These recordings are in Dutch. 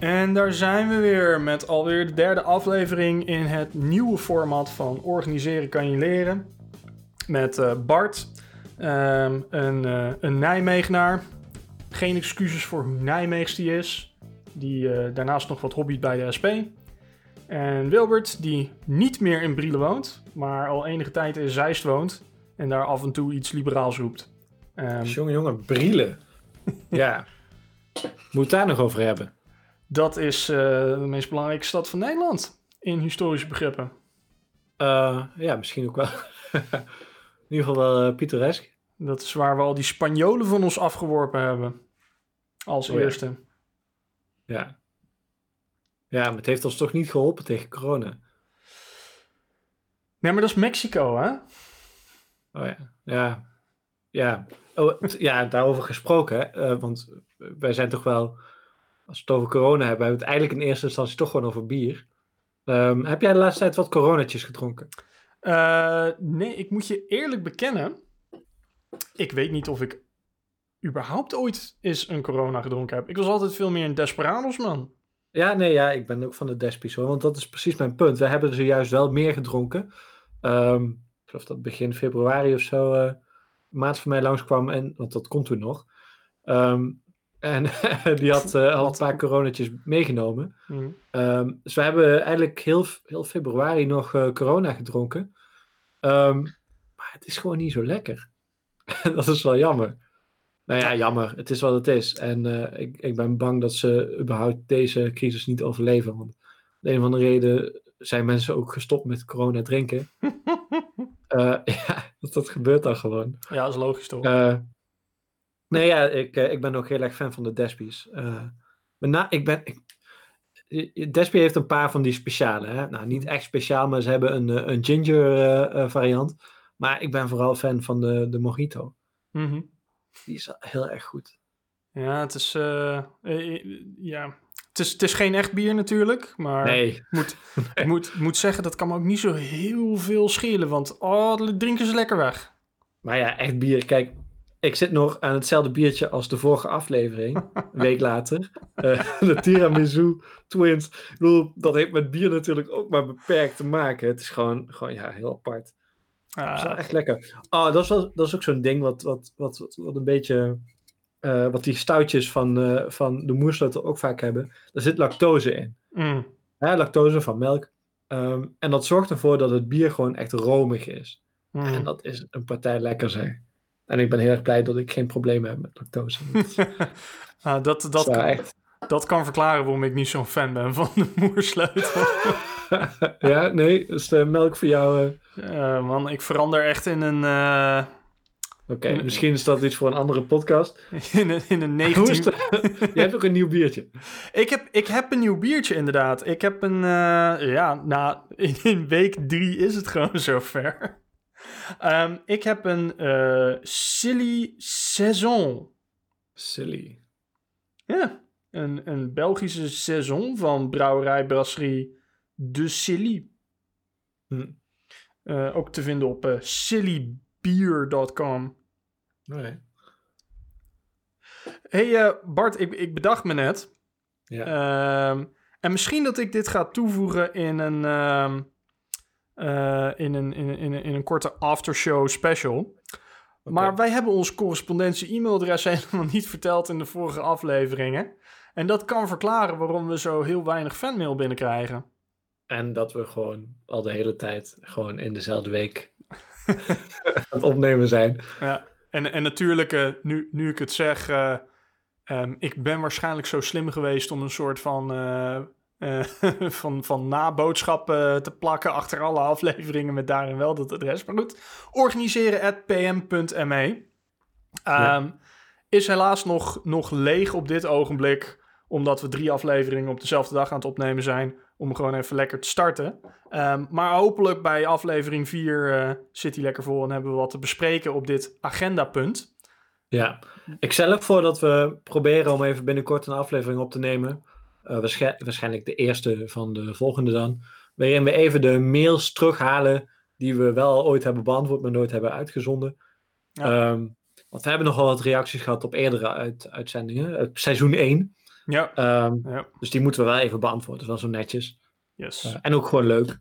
En daar zijn we weer met alweer de derde aflevering in het nieuwe format van Organiseren kan je leren. Met Bart, een Nijmegenaar. Geen excuses voor hoe Nijmeegs die is. Die daarnaast nog wat hobbyt bij de SP. En Wilbert, die niet meer in Brielen woont, maar al enige tijd in Zeist woont. En daar af en toe iets liberaals roept. Jongen, Brielen. Ja, moet daar nog over hebben. Dat is de meest belangrijke stad van Nederland. In historische begrippen. Ja, misschien ook wel. In ieder geval wel pittoresk. Dat is waar we al die Spanjolen van ons afgeworpen hebben. Als eerste. Ja. Ja, maar het heeft ons toch niet geholpen tegen corona. Nee, maar dat is Mexico, hè? Oh ja. Ja. Oh, ja, daarover gesproken. Hè? Want wij zijn toch wel... Als we het over corona hebben we het eigenlijk in eerste instantie toch gewoon over bier. Heb jij de laatste tijd wat coronatjes gedronken? Nee, ik moet je eerlijk bekennen. Ik weet niet of ik überhaupt ooit eens een corona gedronken heb. Ik was altijd veel meer een Desperados, man. Ja, ik ben ook van de Despies hoor. Want dat is precies mijn punt. We hebben er juist wel meer gedronken. Ik geloof dat begin februari of zo... een maat van mij langskwam. Want dat komt toen nog. En die had al een paar coronatjes meegenomen. Dus we hebben eigenlijk heel februari nog corona gedronken. Maar het is gewoon niet zo lekker. Dat is wel jammer. Nou ja, jammer. Het is wat het is. En ik ben bang dat ze überhaupt deze crisis niet overleven. Want de een of andere reden zijn mensen ook gestopt met corona drinken. Ja, dat gebeurt dan gewoon. Ja, dat is logisch toch? Nee, ja, ik ben ook heel erg fan van de Despies. Despie heeft een paar van die speciale. Hè? Nou, niet echt speciaal, maar ze hebben een ginger variant. Maar ik ben vooral fan van de Mojito. Mm-hmm. Die is heel erg goed. Ja, het is... Het is geen echt bier natuurlijk, maar Nee. Ik moet zeggen, dat kan me ook niet zo heel veel schelen, want dat drinken ze lekker weg. Maar ja, echt bier. Kijk, ik zit nog aan hetzelfde biertje als de vorige aflevering, een week later. De Tiramisu Twins. Ik bedoel, dat heeft met bier natuurlijk ook maar beperkt te maken. Het is gewoon ja, heel apart. Het is wel echt lekker. Dat is ook zo'n ding wat een beetje... wat die stoutjes van de Moersloten ook vaak hebben. Er zit lactose in. Ja, lactose van melk. En dat zorgt ervoor dat het bier gewoon echt romig is. En dat is een partij lekker zeg. En ik ben heel erg blij dat ik geen probleem heb met lactose. Dat kan verklaren waarom ik niet zo'n fan ben van de Moersleutel. Ja, nee, is de melk voor jou... Man, ik verander echt in een... Oké, misschien is dat iets voor een andere podcast. In een 19... Je hebt ook een nieuw biertje. Ik heb een nieuw biertje, inderdaad. Ik heb een... in week 3 is het gewoon zover. Ik heb een Silly Saison. Silly. Ja, een Belgische saison van brouwerij Brasserie de Silly. Ook te vinden op sillybeer.com. Okay. Hey Bart, ik bedacht me net. Ja. En misschien dat ik dit ga toevoegen in een korte aftershow special. Okay. Maar wij hebben ons correspondentie-e-mailadres helemaal niet verteld in de vorige afleveringen. En dat kan verklaren waarom we zo heel weinig fanmail binnenkrijgen. En dat we gewoon al de hele tijd gewoon in dezelfde week aan het opnemen zijn. Ja, en natuurlijk, nu ik het zeg, ik ben waarschijnlijk zo slim geweest om een soort van naboodschappen te plakken achter alle afleveringen met daarin wel dat adres. Maar goed, organiseren@pm.me is helaas nog leeg op dit ogenblik, omdat we 3 afleveringen op dezelfde dag aan het opnemen zijn, om gewoon even lekker te starten. Maar hopelijk bij aflevering 4 zit hij lekker vol en hebben we wat te bespreken op dit agendapunt. Ja, ik stel ook voor dat we proberen om even binnenkort een aflevering op te nemen. Waarschijnlijk de eerste van de volgende dan. Waarin we even de mails terughalen die we wel ooit hebben beantwoord, maar nooit hebben uitgezonden. Ja. Want we hebben nogal wat reacties gehad op eerdere uitzendingen. Seizoen 1. Ja. Dus die moeten we wel even beantwoorden. Dat is wel zo netjes. Yes. En ook gewoon leuk.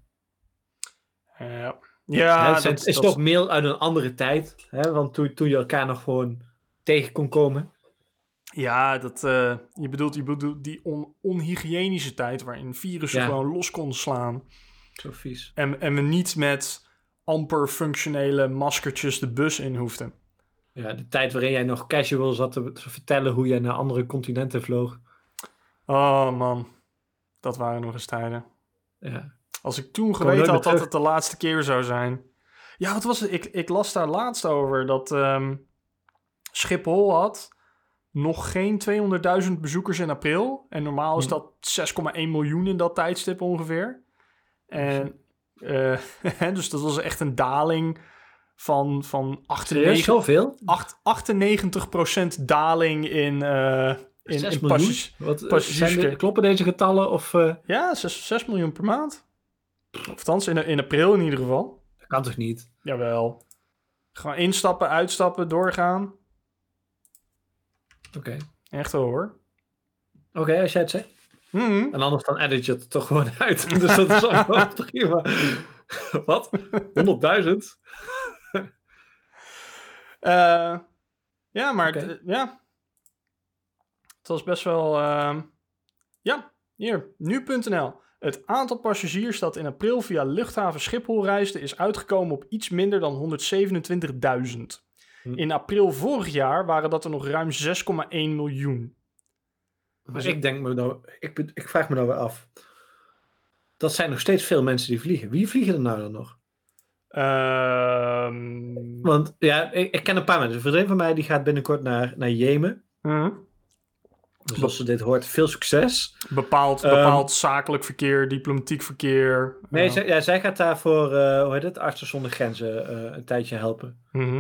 Ja, het is toch mail uit een andere tijd. Hè? Want toen je elkaar nog gewoon tegen kon komen. Ja, je bedoelt die onhygiënische tijd waarin virussen gewoon los konden slaan. Zo vies. En we niet met amper functionele maskertjes de bus in hoefden. Ja, de tijd waarin jij nog casual zat te vertellen hoe jij naar andere continenten vloog. Oh man, dat waren nog eens tijden. Ja. Als ik toen geweten had dat het de laatste keer zou zijn. Ja, wat was het? Ik las daar laatst over dat Schiphol had nog geen 200.000 bezoekers in april. En normaal is dat 6,1 miljoen in dat tijdstip ongeveer. En dus dat was echt een daling van 98% daling in passagiers. Kloppen deze getallen? Of, Ja, 6 miljoen per maand. Of althans, in april in ieder geval. Dat kan toch niet? Jawel. Gewoon instappen, uitstappen, doorgaan. Oké. Echt wel hoor. Oké, als jij het zegt. Mm-hmm. En anders dan edit je het toch gewoon uit. Dus dat is allemaal prima. Wat? 100.000? Ja, maar het was best wel... hier, nu.nl. Het aantal passagiers dat in april via luchthaven Schiphol reisde is uitgekomen op iets minder dan 127.000. In april vorig jaar waren dat er nog ruim 6,1 miljoen. Maar dus ik vraag me nou weer af. Dat zijn nog steeds veel mensen die vliegen. Wie vliegen er nou dan nog? Want ja, ik ken een paar mensen. Een vriendin van mij die gaat binnenkort naar Jemen. Dus als ze dit hoort, veel succes. Bepaald zakelijk verkeer, diplomatiek verkeer. Nee, zij gaat daar voor, Artsen zonder Grenzen een tijdje helpen.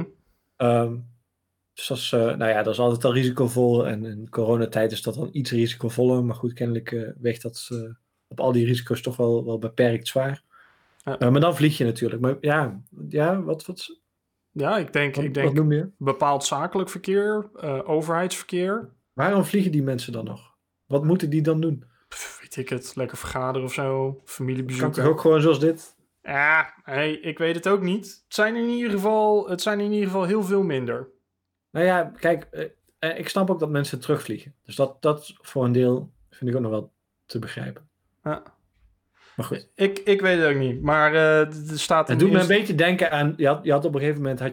Dus dat is altijd al risicovol. En in coronatijd is dat dan iets risicovoller. Maar goed, kennelijk weegt dat op al die risico's toch wel beperkt zwaar. Maar dan vlieg je natuurlijk. Maar wat ik denk wat noem je? Bepaald zakelijk verkeer, overheidsverkeer. Waarom vliegen die mensen dan nog? Wat moeten die dan doen? Weet ik het, lekker vergaderen of zo, familiebezoeken. Kan toch ook gewoon zoals dit? Ja, ik weet het ook niet. Het zijn in ieder geval heel veel minder. Nou ja, kijk, ik snap ook dat mensen terugvliegen. Dus dat voor een deel vind ik ook nog wel te begrijpen. Ja. Maar goed. Ik weet het ook niet. Maar er staat... Het doet me een beetje denken aan... Je had op een gegeven moment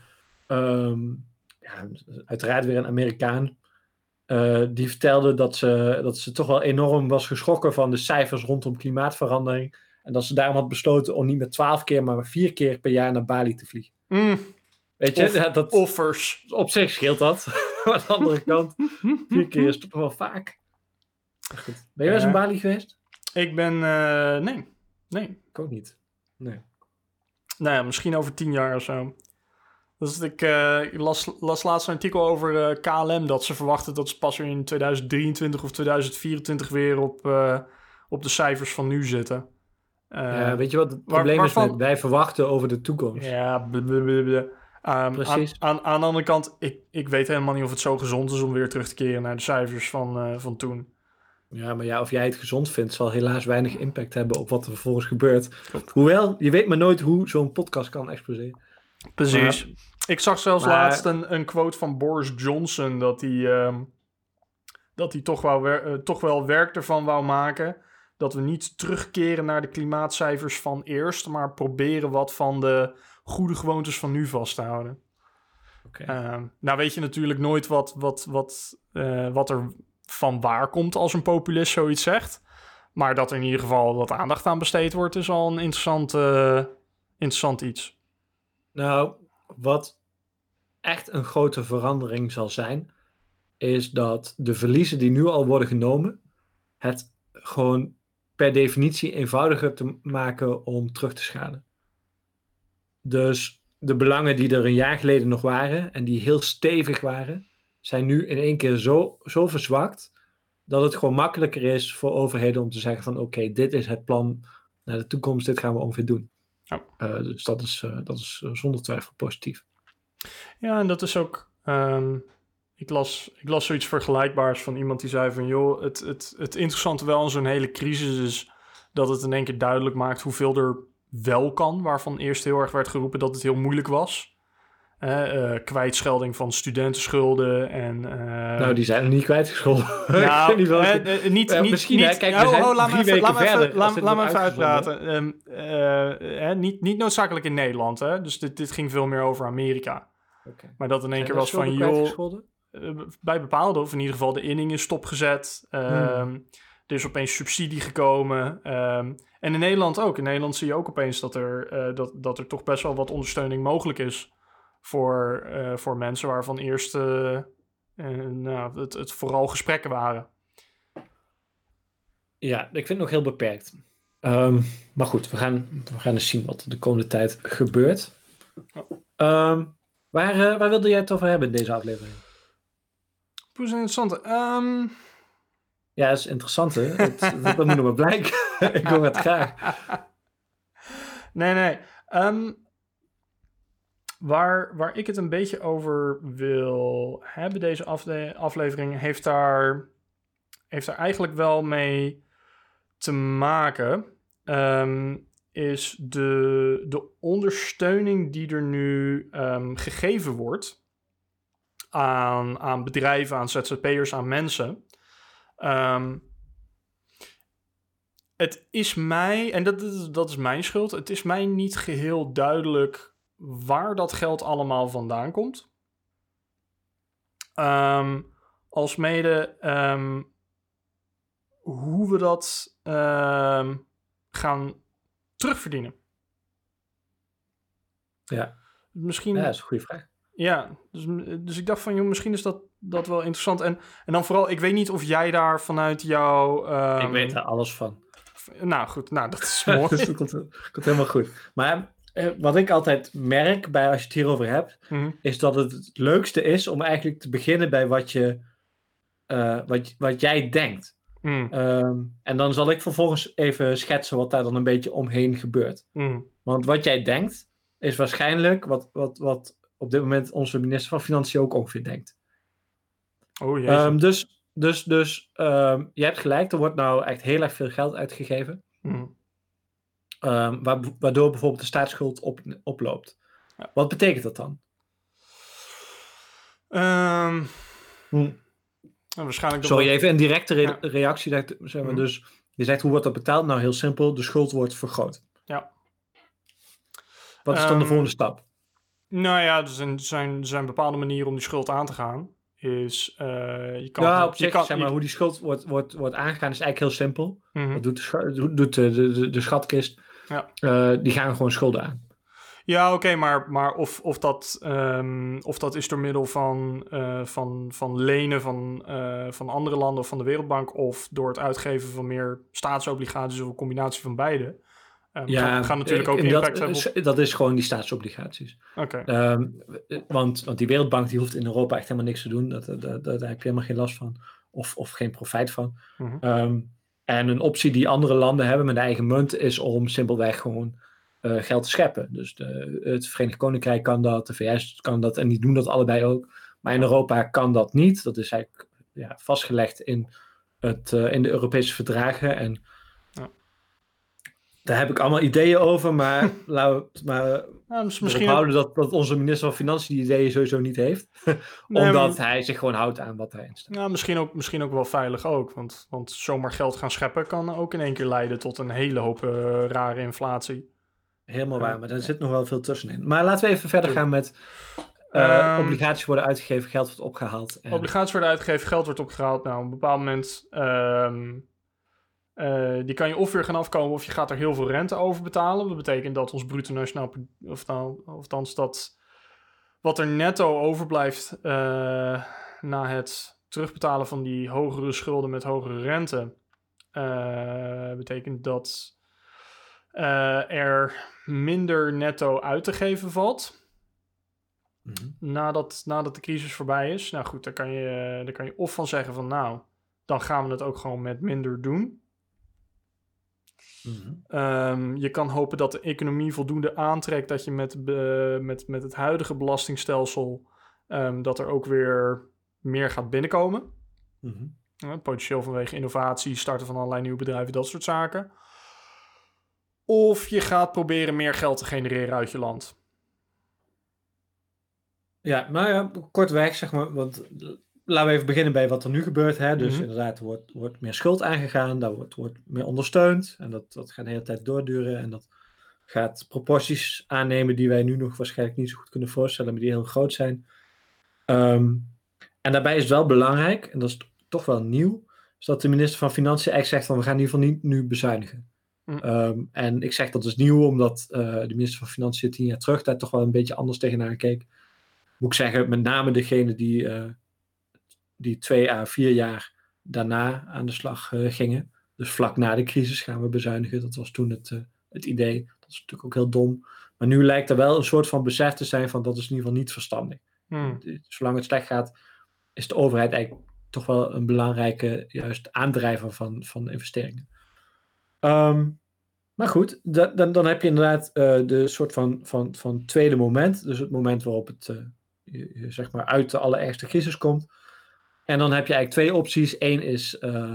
uiteraard weer een Amerikaan. Die vertelde dat ze toch wel enorm was geschrokken van de cijfers rondom klimaatverandering. En dat ze daarom had besloten om niet met 12 keer, maar 4 keer per jaar naar Bali te vliegen. Weet je? Offers. Op zich scheelt dat. Aan de andere kant, 4 keer is toch wel vaak. Goed. Ben je wel eens in Bali geweest? Ik ben... nee. Ik ook niet. Nee. Nou ja, misschien over 10 jaar of zo. Dus ik las laatst een artikel over KLM... dat ze verwachten dat ze pas weer in 2023 of 2024 weer op de cijfers van nu zitten. Weet je wat het probleem is? Wij verwachten over de toekomst. Ja, precies. Aan de andere kant, ik weet helemaal niet of het zo gezond is... om weer terug te keren naar de cijfers van toen. Ja, maar of jij het gezond vindt... zal helaas weinig impact hebben op wat er vervolgens gebeurt. Hoewel, je weet maar nooit hoe zo'n podcast kan exploseren. Precies. Ik zag zelfs laatst een quote van Boris Johnson... dat hij toch wel werk ervan wou maken... dat we niet terugkeren naar de klimaatcijfers van eerst... maar proberen wat van de goede gewoontes van nu vast te houden. Okay. Nou weet je natuurlijk nooit wat er van waar komt als een populist zoiets zegt. Maar dat er in ieder geval wat aandacht aan besteed wordt... is al een interessant iets. Nou, wat echt een grote verandering zal zijn... is dat de verliezen die nu al worden genomen... het gewoon per definitie eenvoudiger te maken om terug te schalen. Dus de belangen die er een jaar geleden nog waren... en die heel stevig waren... zijn nu in één keer zo verzwakt... dat het gewoon makkelijker is voor overheden om te zeggen van... oké, dit is het plan naar de toekomst, dit gaan we ongeveer doen. Ja. Dus dat is zonder twijfel positief. Ja, en dat is ook... ik las zoiets vergelijkbaars van iemand die zei van... joh, het interessante wel aan zo'n hele crisis is... dat het in één keer duidelijk maakt hoeveel er wel kan... waarvan eerst heel erg werd geroepen dat het heel moeilijk was. Kwijtschelding van studentenschulden en... nou, die zijn er niet kwijtgescholden. Nou, misschien, hè, kijk, we zijn 3 weken verder. Laat me even uitpraten. Niet noodzakelijk in Nederland, hè. Dus dit ging veel meer over Amerika. Okay. Maar dat in één keer was van, joh... bij bepaalde, of in ieder geval de inning is stopgezet. Er is opeens subsidie gekomen. En in Nederland ook. In Nederland zie je ook opeens dat er toch best wel wat ondersteuning mogelijk is... voor mensen waarvan eerst het vooral gesprekken waren. Ja, ik vind het nog heel beperkt. Maar goed, we gaan eens zien wat er de komende tijd gebeurt. Waar wilde jij het over hebben in deze aflevering? Hoe is het interessant? Ja, dat is interessant, hè? Dat moet nog maar blijken. Ik hoor het graag. Nee. Waar ik het een beetje over wil hebben, deze aflevering, heeft daar eigenlijk wel mee te maken. Is de ondersteuning die er nu gegeven wordt aan bedrijven, aan ZZP'ers, aan mensen. Het is mij, en dat is mijn schuld, het is mij niet geheel duidelijk waar dat geld allemaal vandaan komt. Alsmede hoe we dat gaan terugverdienen. Ja. Misschien, ja, dat is een goede vraag. Ja, dus ik dacht van, joh, misschien is dat wel interessant. En dan vooral, ik weet niet of jij daar vanuit jouw... ik weet er alles van. Nou goed, dat is mooi. Dus dat komt helemaal goed. Maar wat ik altijd merk als je het hierover hebt, is dat het leukste is om eigenlijk te beginnen bij wat jij denkt. En dan zal ik vervolgens even schetsen wat daar dan een beetje omheen gebeurt. Want wat jij denkt is waarschijnlijk wat op dit moment onze minister van Financiën ook ongeveer denkt. Oh jeetje. Dus je hebt gelijk, er wordt nou echt heel erg veel geld uitgegeven. Waardoor bijvoorbeeld de staatsschuld oploopt. Ja. Wat betekent dat dan? Waarschijnlijk. Sorry, even een directe reactie. Dus je zegt, hoe wordt dat betaald? Nou, heel simpel, de schuld wordt vergroot. Ja. Wat is dan de volgende stap? Nou ja, er zijn bepaalde manieren om die schuld aan te gaan. Je kan, ja, op zich, zeg maar, hoe die schuld wordt aangegaan is eigenlijk heel simpel. Dat doet de schatkist. Ja. Die gaan gewoon schulden aan. Ja, oké, maar of dat is door middel van lenen van andere landen of van de Wereldbank, of door het uitgeven van meer staatsobligaties of een combinatie van beide. Gaan natuurlijk ook impact hebben. Dat is gewoon die staatsobligaties. Okay. Want die Wereldbank die hoeft in Europa echt helemaal niks te doen. Daar heb je helemaal geen last van. Of geen profijt van. En een optie die andere landen hebben met eigen munt is om simpelweg gewoon geld te scheppen. Dus het Verenigd Koninkrijk kan dat, de VS kan dat en die doen dat allebei ook. Maar in Europa kan dat niet. Dat is eigenlijk vastgelegd in de Europese verdragen. En daar heb ik allemaal ideeën over, maar laten we misschien houden dat onze minister van Financiën die ideeën sowieso niet heeft. Omdat hij zich gewoon houdt aan wat erin staat. Ja, misschien ook wel veilig ook. Want zomaar geld gaan scheppen kan ook in één keer leiden tot een hele hoop rare inflatie. Helemaal waar, maar daar zit nog wel veel tussenin. Maar laten we even verder gaan met obligaties worden uitgegeven, geld wordt opgehaald. Obligaties worden uitgegeven, geld wordt opgehaald. Nou, op een bepaald moment... die kan je of weer gaan afkomen of je gaat er heel veel rente over betalen. Dat betekent dat ons bruto nationaal... Of althans dat wat er netto overblijft na het terugbetalen van die hogere schulden met hogere rente... betekent dat er minder netto uit te geven valt. Nadat de crisis voorbij is. Nou goed, daar kan je of van zeggen van nou, dan gaan we het ook gewoon met minder doen. Je kan hopen dat de economie voldoende aantrekt dat je met het huidige belastingstelsel dat er ook weer meer gaat binnenkomen. Mhm. Potentieel vanwege innovatie, starten van allerlei nieuwe bedrijven, dat soort zaken. Of je gaat proberen meer geld te genereren uit je land. Ja, nou ja, kortweg zeg maar, want laten we even beginnen bij wat er nu gebeurt. Hè? Dus Mhm. inderdaad, er wordt meer schuld aangegaan, daar wordt meer ondersteund. En dat gaat de hele tijd doorduren. En dat gaat proporties aannemen die wij nu nog waarschijnlijk niet zo goed kunnen voorstellen, maar die heel groot zijn. En daarbij is het wel belangrijk, en dat is toch wel nieuw, is dat de minister van Financiën eigenlijk zegt van we gaan in ieder geval niet nu bezuinigen. En ik zeg dat is nieuw, omdat de minister van Financiën 10 jaar terug daar toch wel een beetje anders tegenaan keek. Moet ik zeggen, met name degene die 2 à 4 jaar daarna aan de slag gingen. Dus vlak na de crisis gaan we bezuinigen. Dat was toen het idee. Dat is natuurlijk ook heel dom. Maar nu lijkt er wel een soort van besef te zijn van dat is in ieder geval niet verstandig. Zolang het slecht gaat, is de overheid eigenlijk toch wel een belangrijke juist aandrijver van investeringen. Maar goed, dan heb je inderdaad de soort van tweede moment. Dus het moment waarop het je zeg maar uit de allerergste crisis komt. En dan heb je eigenlijk twee opties. Eén is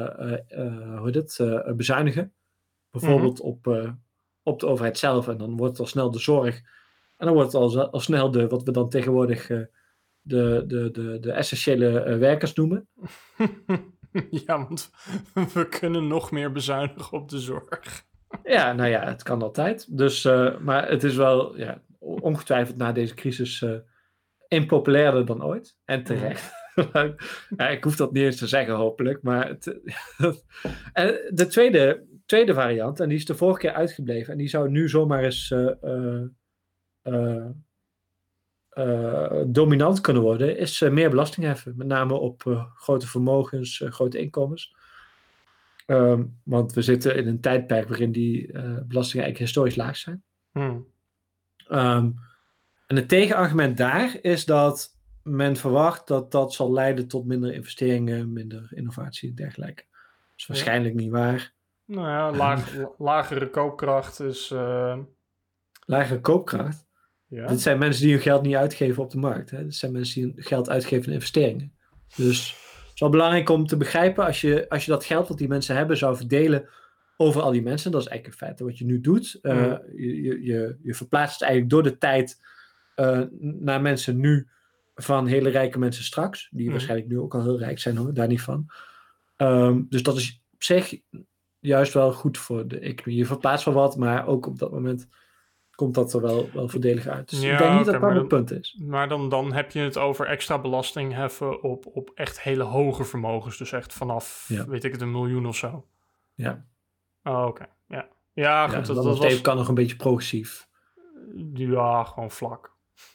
bezuinigen. Bijvoorbeeld op de overheid zelf. En dan wordt het al snel de zorg. En dan wordt het al snel wat we dan tegenwoordig de essentiële werkers noemen. Ja, want we kunnen nog meer bezuinigen op de zorg. Ja, nou ja, het kan altijd. Dus, maar het is wel ongetwijfeld na deze crisis impopulairder dan ooit. En terecht. Ja, ik hoef dat niet eens te zeggen, hopelijk. Maar de tweede variant, en die is de vorige keer uitgebleven. En die zou nu zomaar eens dominant kunnen worden. Is meer belasting heffen. Met name op grote vermogens, grote inkomens. Want we zitten in een tijdperk waarin die belastingen eigenlijk historisch laag zijn. En het tegenargument daar is dat men verwacht dat dat zal leiden tot minder investeringen, minder innovatie en dergelijke. Dat is waarschijnlijk niet waar. Nou ja, lagere koopkracht is... Lagere koopkracht? Ja. Dit zijn mensen die hun geld niet uitgeven op de markt. Hè? Dit zijn mensen die hun geld uitgeven in investeringen. Dus het is wel belangrijk om te begrijpen, als je dat geld wat die mensen hebben zou verdelen over al die mensen, dat is eigenlijk in feite wat je nu doet. Je verplaatst het eigenlijk door de tijd naar mensen nu van hele rijke mensen straks, die waarschijnlijk nu ook al heel rijk zijn, hoor, daar niet van. Dus dat is op zich juist wel goed voor de economie. Je verplaatst wel wat, maar ook op dat moment komt dat er wel voordelig uit. Dus ik denk niet dat dat het punt is. Maar dan heb je het over extra belasting heffen op echt hele hoge vermogens. Dus echt vanaf, weet ik het, 1 miljoen of zo. Ja. Oh, oké. Ja. Ja, goed. Ja, dat was... kan nog een beetje progressief. Ja, gewoon vlak.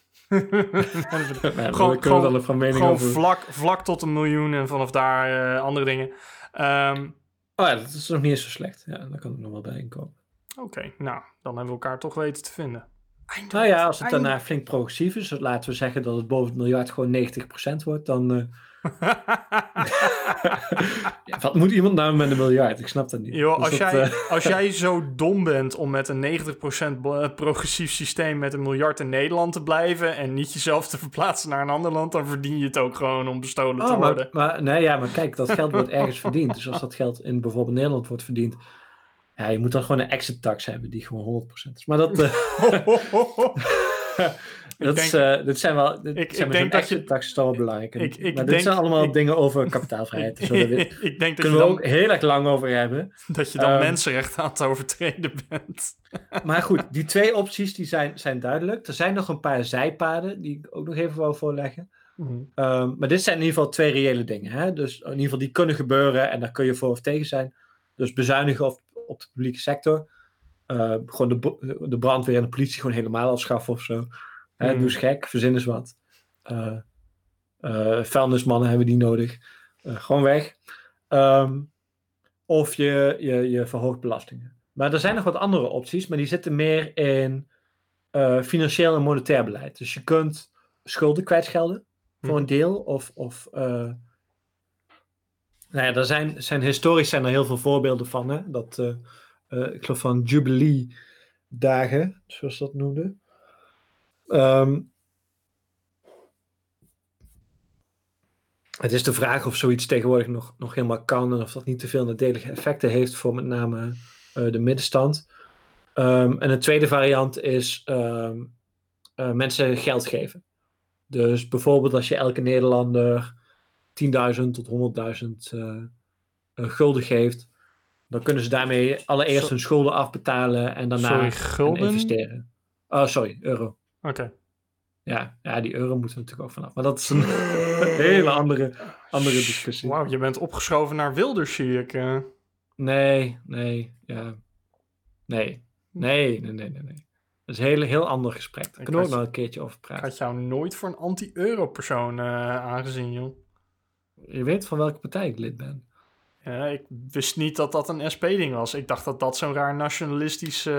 gewoon vlak tot 1 miljoen en vanaf daar andere dingen. Dat is nog niet eens zo slecht. Ja, daar kan ik nog wel bij inkomen. Oké, nou, dan hebben we elkaar toch weten te vinden. Nou ja, als het daarna flink progressief is, laten we zeggen dat het boven het miljard gewoon 90% wordt, dan... wat moet iemand nou met 1 miljard? Ik snap dat niet. Yo, als jij zo dom bent om met een 90% progressief systeem met 1 miljard in Nederland te blijven en niet jezelf te verplaatsen naar een ander land, dan verdien je het ook gewoon om bestolen te worden. Maar kijk, dat geld wordt ergens verdiend. Dus als dat geld in bijvoorbeeld Nederland wordt verdiend, ja, je moet dan gewoon een exit tax hebben die gewoon 100% is. Maar dat... dit zijn wel... exit tax is toch wel belangrijk. Maar dit zijn allemaal dingen over kapitaalvrijheid. Ik denk dat kunnen we ook heel erg lang over hebben. Dat je dan mensenrechten aan het overtreden bent. Maar goed, die twee opties die zijn duidelijk. Er zijn nog een paar zijpaden die ik ook nog even wou voorleggen. Maar dit zijn in ieder geval twee reële dingen. Hè? Dus in ieder geval die kunnen gebeuren en daar kun je voor of tegen zijn. Dus bezuinigen op de publieke sector. Gewoon de brandweer en de politie gewoon helemaal afschaffen of zo. Doe eens gek, verzin eens wat. Vuilnismannen hebben die nodig. Gewoon weg. Of je verhoogt belastingen. Maar er zijn nog wat andere opties, maar die zitten meer in financieel en monetair beleid. Dus je kunt schulden kwijtschelden voor een deel. Er zijn historisch zijn er heel veel voorbeelden van. Hè? Ik geloof van Jubilee-dagen, zoals ze dat noemden. Het is de vraag of zoiets tegenwoordig nog helemaal kan en of dat niet te veel nadelige effecten heeft voor met name de middenstand. En een tweede variant is mensen geld geven. Dus bijvoorbeeld als je elke Nederlander 10.000 tot 100.000 gulden geeft, dan kunnen ze daarmee allereerst hun schulden afbetalen en daarna Sorry, gaan gulden? investeren. Oh, sorry, euro. Oké. Ja, die euro moet er natuurlijk ook vanaf. Maar dat is een hele andere discussie. Wauw, je bent opgeschoven naar Wilders, zie ik. Nee. Dat is een heel ander gesprek. Daar kunnen we ook nog een keertje over Ik praten. had jou nooit voor een anti-euro-persoon aangezien, joh. Je weet van welke partij ik lid ben. Ja, ik wist niet dat dat een SP-ding was. Ik dacht dat dat zo'n raar nationalistisch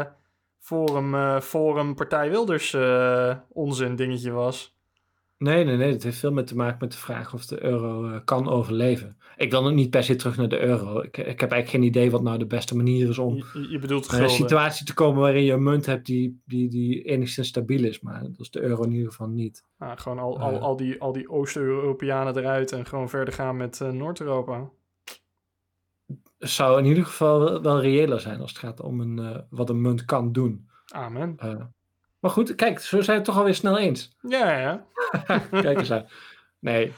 Forum Partij Wilders onzin dingetje was. Nee. Dat heeft veel met te maken met de vraag of de euro kan overleven. Ik wil ook niet per se terug naar de euro. Ik heb eigenlijk geen idee wat nou de beste manier is om Je bedoelt naar een gulden. situatie te komen waarin je een munt hebt die enigszins stabiel is. Maar dat is de euro in ieder geval niet. Gewoon al die Oost-Europeanen eruit en gewoon verder gaan met Noord-Europa. Het zou in ieder geval wel reëler zijn als het gaat om wat een munt kan doen. Amen. Maar goed, kijk, zo zijn we het toch alweer snel eens. Ja. Kijk eens aan. Nee.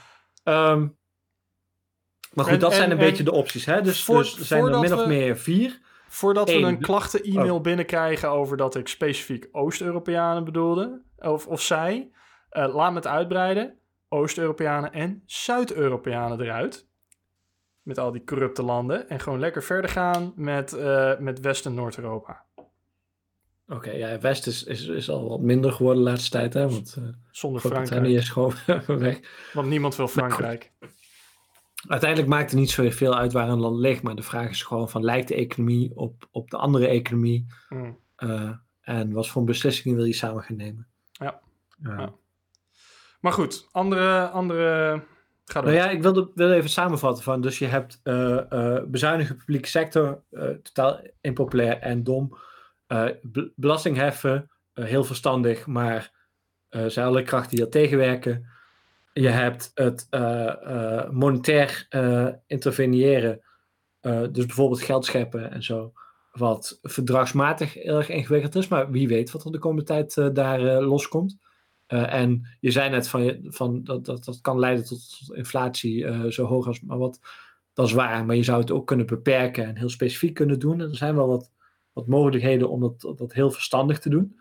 Maar goed, dat zijn een beetje de opties. Hè? Dus er zijn er min of meer 4. Voordat we een klachten-e-mail binnenkrijgen over dat ik specifiek Oost-Europeanen bedoelde, of zei, laat me het uitbreiden. Oost-Europeanen en Zuid-Europeanen eruit. Met al die corrupte landen. En gewoon lekker verder gaan met West- en Noord-Europa. Oké, West is al wat minder geworden de laatste tijd. Hè? Want zonder Frankrijk is gewoon weg. Want niemand wil Frankrijk. Uiteindelijk maakt het niet zo veel uit waar een land ligt. Maar de vraag is gewoon van, lijkt de economie op de andere economie? En wat voor beslissingen wil je samen gaan nemen? Ja. Maar goed, andere... Nou ja, ik wil even samenvatten van. Dus je hebt bezuinigen publieke sector, totaal impopulair en dom. Belasting heffen, heel verstandig, maar zijn alle krachten die er tegenwerken. Je hebt het monetair interveneren, dus bijvoorbeeld geld scheppen en zo, wat verdragsmatig heel erg ingewikkeld is, maar wie weet wat er de komende tijd daar loskomt. En je zei net van dat kan leiden tot inflatie zo hoog als maar wat. Dat is waar, maar je zou het ook kunnen beperken en heel specifiek kunnen doen. En er zijn wel wat mogelijkheden om dat heel verstandig te doen.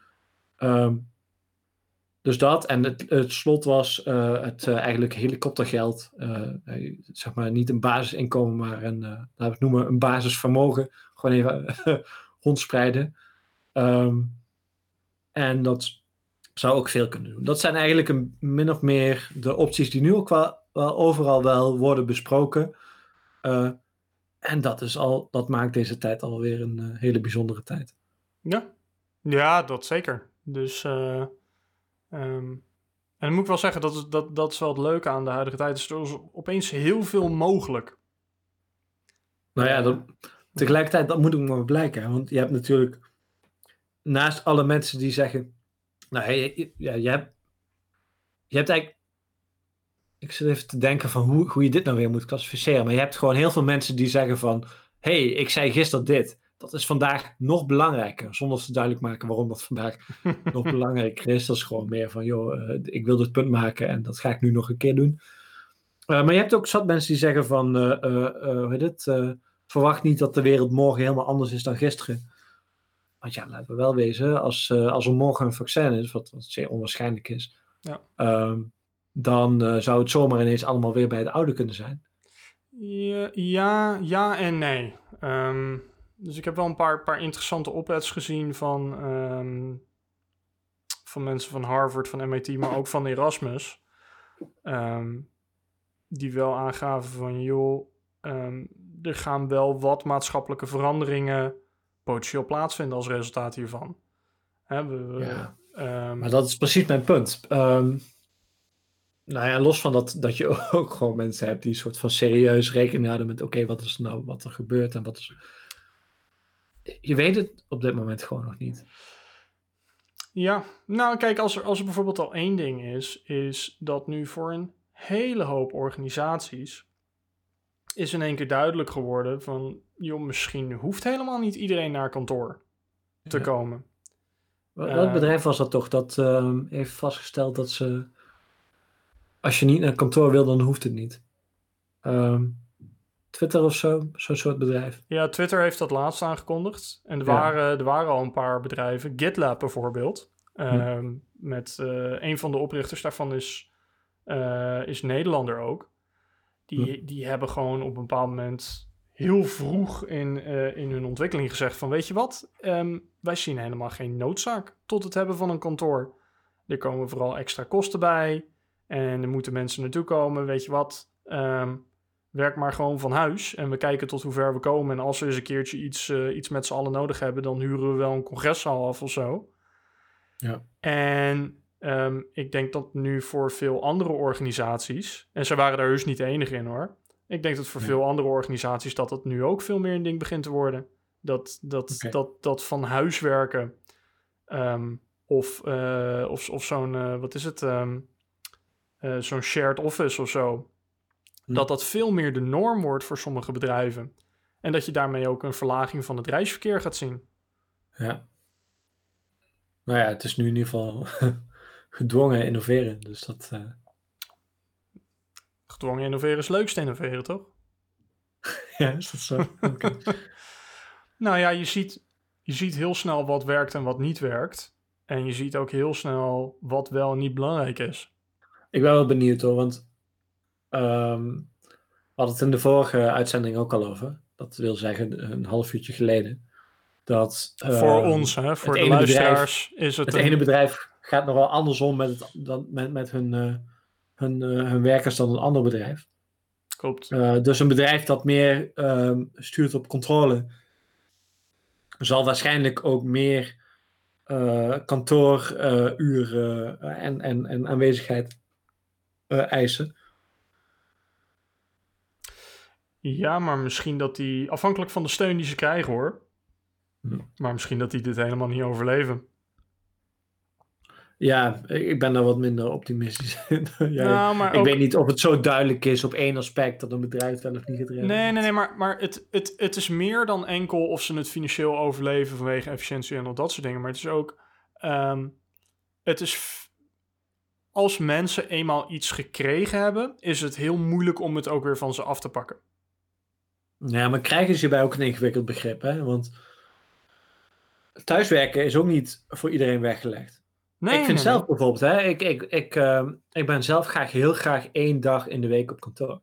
Dus dat. En het slot was eigenlijk helikoptergeld. Zeg maar niet een basisinkomen, maar laten we het noemen, een basisvermogen. Gewoon even rondspreiden. En dat zou ook veel kunnen doen. Dat zijn eigenlijk min of meer de opties die nu ook wel overal wel worden besproken. En dat maakt deze tijd alweer een hele bijzondere tijd. Ja, dat zeker. Dus, en dan moet ik wel zeggen, dat is wel het leuke aan de huidige tijd. Dus er is opeens heel veel mogelijk. Nou ja, tegelijkertijd, dat moet ook maar blijken. Hè? Want je hebt natuurlijk, naast alle mensen die zeggen, nou, je hebt eigenlijk, ik zit even te denken van hoe je dit nou weer moet klassificeren. Maar je hebt gewoon heel veel mensen die zeggen van, hey, ik zei gisteren dit. Dat is vandaag nog belangrijker. Zonder te duidelijk maken waarom dat vandaag nog belangrijker is. Dat is gewoon meer van, joh, ik wil dit punt maken en dat ga ik nu nog een keer doen. Maar je hebt ook zat mensen die zeggen van, verwacht niet dat de wereld morgen helemaal anders is dan gisteren. Want ja, laten we wel wezen, als er morgen een vaccin is, wat zeer onwaarschijnlijk is, dan zou het zomaar ineens allemaal weer bij het oude kunnen zijn. Ja en nee. Dus ik heb wel een paar interessante op-eds gezien van mensen van Harvard, van MIT, maar ook van Erasmus. Die wel aangaven van, joh, er gaan wel wat maatschappelijke veranderingen potentieel plaatsvinden als resultaat hiervan. Maar dat is precies mijn punt. Nou ja, los van dat je ook gewoon mensen hebt die een soort van serieus rekening houden met oké, wat is nou wat er gebeurt en wat is... Je weet het op dit moment gewoon nog niet. Ja, nou kijk, als er bijvoorbeeld al één ding is dat nu voor een hele hoop organisaties is in één keer duidelijk geworden van, joh, misschien hoeft helemaal niet iedereen naar kantoor te komen. Welk bedrijf was dat toch dat heeft vastgesteld dat ze, als je niet naar kantoor wil, dan hoeft het niet. Twitter of zo, zo'n soort bedrijf. Ja, Twitter heeft dat laatst aangekondigd. En er waren al een paar bedrijven, GitLab bijvoorbeeld. Met een van de oprichters daarvan is Nederlander ook. Die hebben gewoon op een bepaald moment heel vroeg in hun ontwikkeling gezegd van, weet je wat, wij zien helemaal geen noodzaak tot het hebben van een kantoor. Er komen vooral extra kosten bij en er moeten mensen naartoe komen, weet je wat, werk maar gewoon van huis en we kijken tot hoe ver we komen. En als we eens een keertje iets met z'n allen nodig hebben, dan huren we wel een congreszaal af of zo. Ja. En ik denk dat nu voor veel andere organisaties, en ze waren daar dus niet de enige in hoor. Ik denk dat voor veel andere organisaties dat het nu ook veel meer een ding begint te worden. Dat van huis werken of zo'n, wat is het, zo'n shared office of zo. Dat veel meer de norm wordt voor sommige bedrijven. En dat je daarmee ook een verlaging van het reisverkeer gaat zien. Ja. Nou ja, het is nu in ieder geval gedwongen innoveren. Dus dat... Gedwongen innoveren is het leukste innoveren, toch? Ja, is dat zo? Okay. Nou ja, je ziet heel snel wat werkt en wat niet werkt. En je ziet ook heel snel wat wel en niet belangrijk is. Ik ben wel benieuwd hoor, want we hadden het in de vorige uitzending ook al over. Dat wil zeggen een half uurtje geleden. Dat, voor ons, hè, voor de luisteraars, is het... Het ene bedrijf gaat nog wel andersom met hun werkers dan een ander bedrijf. Klopt. Dus een bedrijf dat meer stuurt op controle, zal waarschijnlijk ook meer kantooruren en aanwezigheid eisen. Ja, maar misschien dat die, afhankelijk van de steun die ze krijgen hoor, maar misschien dat die dit helemaal niet overleven. Ja, ik ben daar wat minder optimistisch in. Maar ik weet niet of het zo duidelijk is op één aspect dat een bedrijf wel of niet gaat redden. Nee, maar het is meer dan enkel of ze het financieel overleven vanwege efficiëntie en al dat soort dingen. Maar het is ook, als mensen eenmaal iets gekregen hebben, is het heel moeilijk om het ook weer van ze af te pakken. Ja, maar krijgen is hierbij ook een ingewikkeld begrip, hè? Want thuiswerken is ook niet voor iedereen weggelegd. Ik vind zelf bijvoorbeeld, hè, ik ben zelf heel graag 1 dag in de week op kantoor.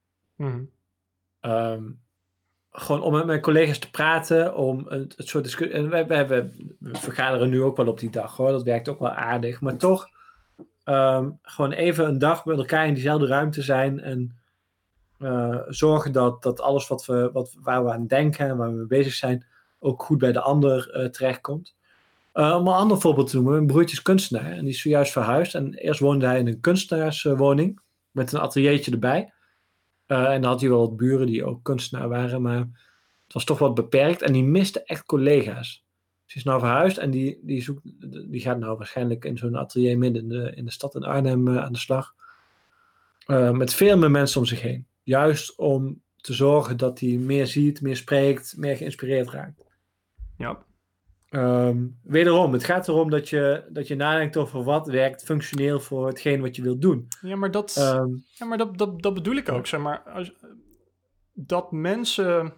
Gewoon om met mijn collega's te praten, om het soort discussie. En we vergaderen nu ook wel op die dag, hoor. Dat werkt ook wel aardig. Maar toch, gewoon even een dag met elkaar in diezelfde ruimte zijn en zorgen dat alles waar we aan denken en waar we mee bezig zijn, ook goed bij de ander terechtkomt. Om een ander voorbeeld te noemen, mijn broertje is kunstenaar en die is zojuist verhuisd. En eerst woonde hij in een kunstenaarswoning met een ateliertje erbij. En dan had hij wel wat buren die ook kunstenaar waren, maar het was toch wat beperkt. En die miste echt collega's. Ze is nou verhuisd en die gaat nou waarschijnlijk in zo'n atelier midden in de stad in Arnhem aan de slag. Met veel meer mensen om zich heen. Juist om te zorgen dat hij meer ziet, meer spreekt, meer geïnspireerd raakt. Ja. Wederom, het gaat erom dat je nadenkt over wat werkt functioneel voor hetgeen wat je wilt doen. Ja, maar dat bedoel ik ook. Zeg maar, dat mensen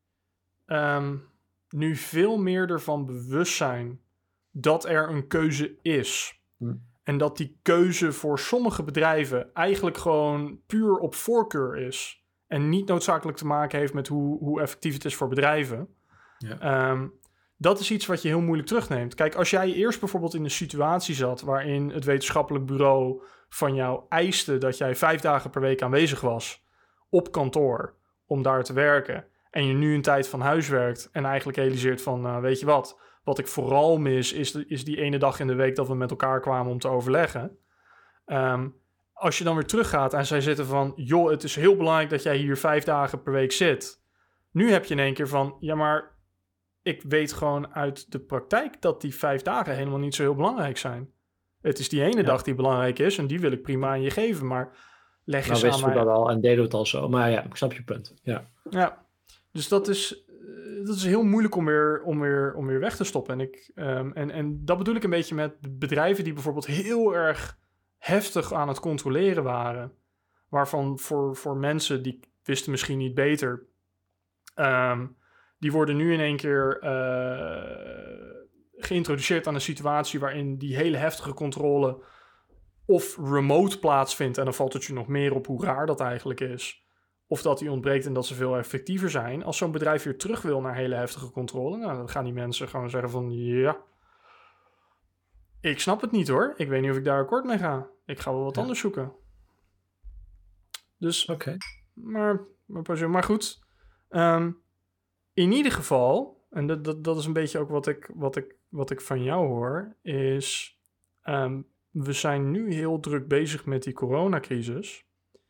nu veel meer ervan bewust zijn dat er een keuze is. En dat die keuze voor sommige bedrijven eigenlijk gewoon puur op voorkeur is. En niet noodzakelijk te maken heeft met hoe effectief het is voor bedrijven. Ja. Dat is iets wat je heel moeilijk terugneemt. Kijk, als jij eerst bijvoorbeeld in een situatie zat waarin het wetenschappelijk bureau van jou eiste dat jij 5 dagen per week aanwezig was op kantoor om daar te werken, en je nu een tijd van huis werkt en eigenlijk realiseert van, weet je wat ik vooral mis is die ene dag in de week dat we met elkaar kwamen om te overleggen. Als je dan weer teruggaat en zij zitten van, joh, het is heel belangrijk dat jij hier 5 dagen per week zit. Nu heb je in één keer van, ja, maar ik weet gewoon uit de praktijk dat die 5 dagen helemaal niet zo heel belangrijk zijn. Het is die ene dag die belangrijk is en die wil ik prima aan je geven. Maar leg Nou eens wisten aan we mij. dat al en deden we het al zo. Maar ja, ik snap je punt. Ja. Ja, dus dat is heel moeilijk om weer weg te stoppen. En dat bedoel ik een beetje met bedrijven die bijvoorbeeld heel erg heftig aan het controleren waren. Waarvan voor mensen die wisten misschien niet beter, die worden nu in één keer geïntroduceerd aan een situatie waarin die hele heftige controle of remote plaatsvindt. En dan valt het je nog meer op hoe raar dat eigenlijk is. Of dat die ontbreekt en dat ze veel effectiever zijn. Als zo'n bedrijf weer terug wil naar hele heftige controle, nou, dan gaan die mensen gewoon zeggen van ja, ik snap het niet hoor. Ik weet niet of ik daar akkoord mee ga. Ik ga wel wat anders zoeken. Dus, Oké. maar goed. In ieder geval, en dat is een beetje ook wat ik van jou hoor, is we zijn nu heel druk bezig met die coronacrisis.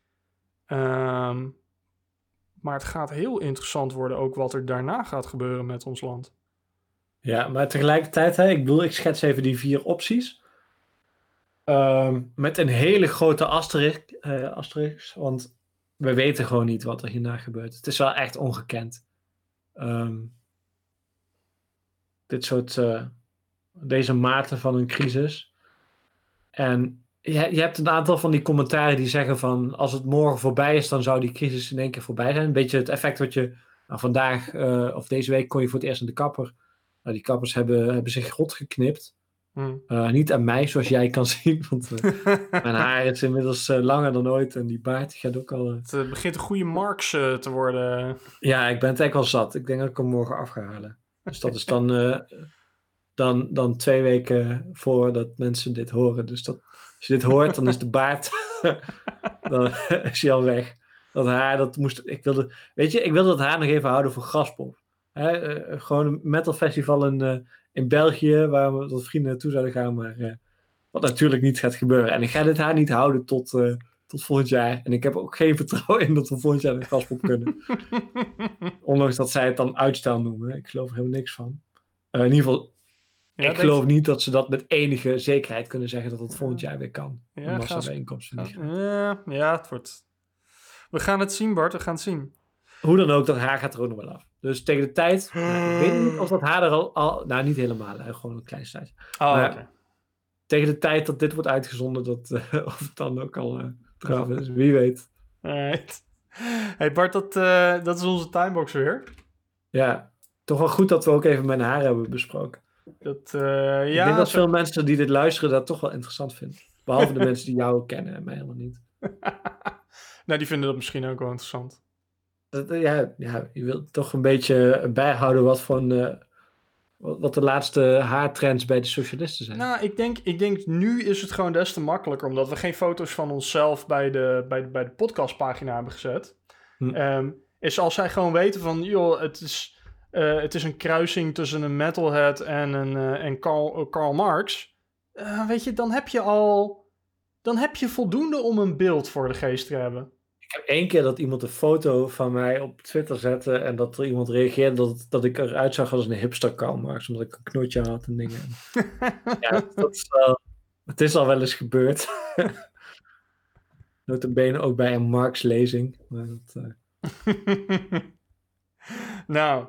Maar het gaat heel interessant worden ook wat er daarna gaat gebeuren met ons land. Ja, maar tegelijkertijd, hè, ik bedoel, ik schets even die 4 opties. Met een hele grote asterisk, want we weten gewoon niet wat er hierna gebeurt. Het is wel echt ongekend. Deze mate van een crisis. En je hebt een aantal van die commentaren die zeggen van als het morgen voorbij is, dan zou die crisis in één keer voorbij zijn. Een beetje het effect wat je vandaag of deze week kon je voor het eerst aan de kapper. Nou, die kappers hebben zich rot geknipt. Niet aan mij, zoals jij kan zien, want mijn haar is inmiddels langer dan ooit en die baard gaat ook al... Het begint een goede Marx te worden. Ja, ik ben het echt wel zat. Ik denk dat ik hem morgen af ga halen. Dus dat is dan 2 weken voordat mensen dit horen. Dus als je dit hoort, dan is de baard... dan is hij al weg. Dat haar, dat moest... Ik wilde dat haar nog even houden voor Graspop. Gewoon een metal festival in België, waar we tot vrienden naartoe zouden gaan, maar wat natuurlijk niet gaat gebeuren. En ik ga dit haar niet houden tot volgend jaar. En ik heb ook geen vertrouwen in dat we volgend jaar de Graspop kunnen. Ondanks dat zij het dan uitstel noemen. Ik geloof er helemaal niks van. In ieder geval, ik geloof niet dat ze dat met enige zekerheid kunnen zeggen dat het volgend jaar weer kan. Ja, massabijeenkomsten. Ja, het wordt... We gaan het zien, Bart. We gaan het zien. Hoe dan ook, dat haar gaat er ook nog wel af. Dus tegen de tijd... ik weet niet of dat haar er al... Nou, niet helemaal. Gewoon een klein stage. Oké. Tegen de tijd dat dit wordt uitgezonden, of het dan ook al eraf is. Wie weet. Alright. Hey Bart, dat is onze timebox weer. Ja, toch wel goed dat we ook even mijn haar hebben besproken. Ik denk dat veel mensen die dit luisteren dat toch wel interessant vinden. Behalve de mensen die jou kennen en mij helemaal niet. Nou, die vinden dat misschien ook wel interessant. Ja, je wilt toch een beetje bijhouden wat de laatste haartrends bij de socialisten zijn. Nou, ik denk nu is het gewoon des te makkelijker, omdat we geen foto's van onszelf bij de podcastpagina hebben gezet. Is als zij gewoon weten van, joh, het is een kruising tussen een metalhead en Karl Marx. Weet je, dan heb je voldoende om een beeld voor de geest te hebben. Ik heb 1 keer dat iemand een foto van mij op Twitter zette en dat er iemand reageerde dat ik eruit zag als een hipster Karl Marx, omdat ik een knotje had en dingen. Ja, het is al wel eens gebeurd. Notabene ook bij een Marx-lezing. Maar Nou,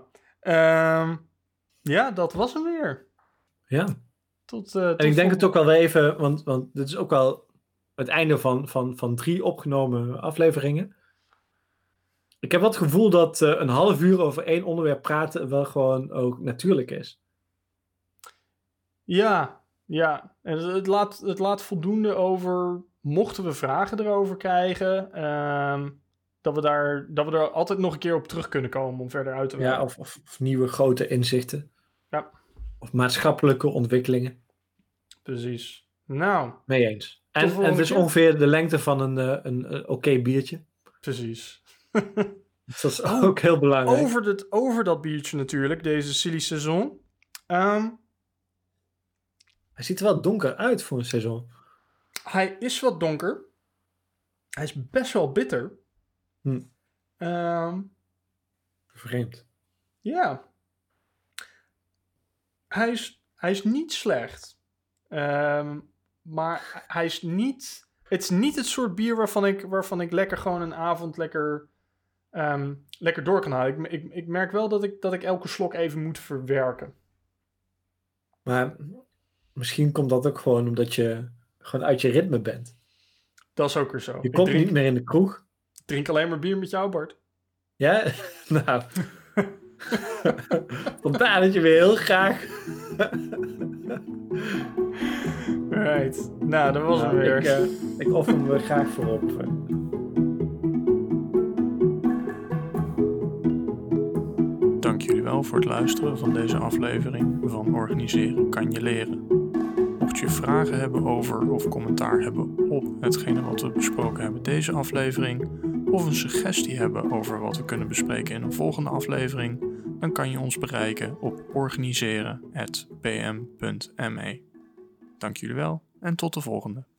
ja, dat was hem weer. Ja. Tot en ik denk het ook wel even, want dit is ook wel het einde van 3 opgenomen afleveringen. Ik heb wel het gevoel dat een half uur over 1 onderwerp praten wel gewoon ook natuurlijk is. Ja. En het laat voldoende over, mochten we vragen erover krijgen, dat we er altijd nog een keer op terug kunnen komen om verder uit te werken. Ja, of nieuwe grote inzichten. Ja. Of maatschappelijke ontwikkelingen. Precies. Nou. Mee eens. En het is ongeveer de lengte van een oké biertje. Precies. Dat is ook heel belangrijk. Over dat biertje natuurlijk, deze silly saison. Hij ziet er wel donker uit voor een seizoen. Hij is wat donker. Hij is best wel bitter. Vreemd. Ja. Hij is niet slecht. Maar hij is niet Het is niet het soort bier waarvan ik lekker gewoon een avond lekker door kan houden. Ik merk wel dat ik elke slok even moet verwerken. Maar misschien komt dat ook gewoon omdat je gewoon uit je ritme bent. Dat is ook weer zo. Je komt niet meer in de kroeg. Ik drink alleen maar bier met jou, Bart. Ja? Nou. Vandaar dat je weer heel graag... Right. Nou, dat was hem weer. Ik offer me graag voorop. Dank jullie wel voor het luisteren van deze aflevering van Organiseren kan je leren. Mocht je vragen hebben over of commentaar hebben op hetgene wat we besproken hebben deze aflevering, of een suggestie hebben over wat we kunnen bespreken in een volgende aflevering, dan kan je ons bereiken op organiseren@pm.me. Dank jullie wel en tot de volgende.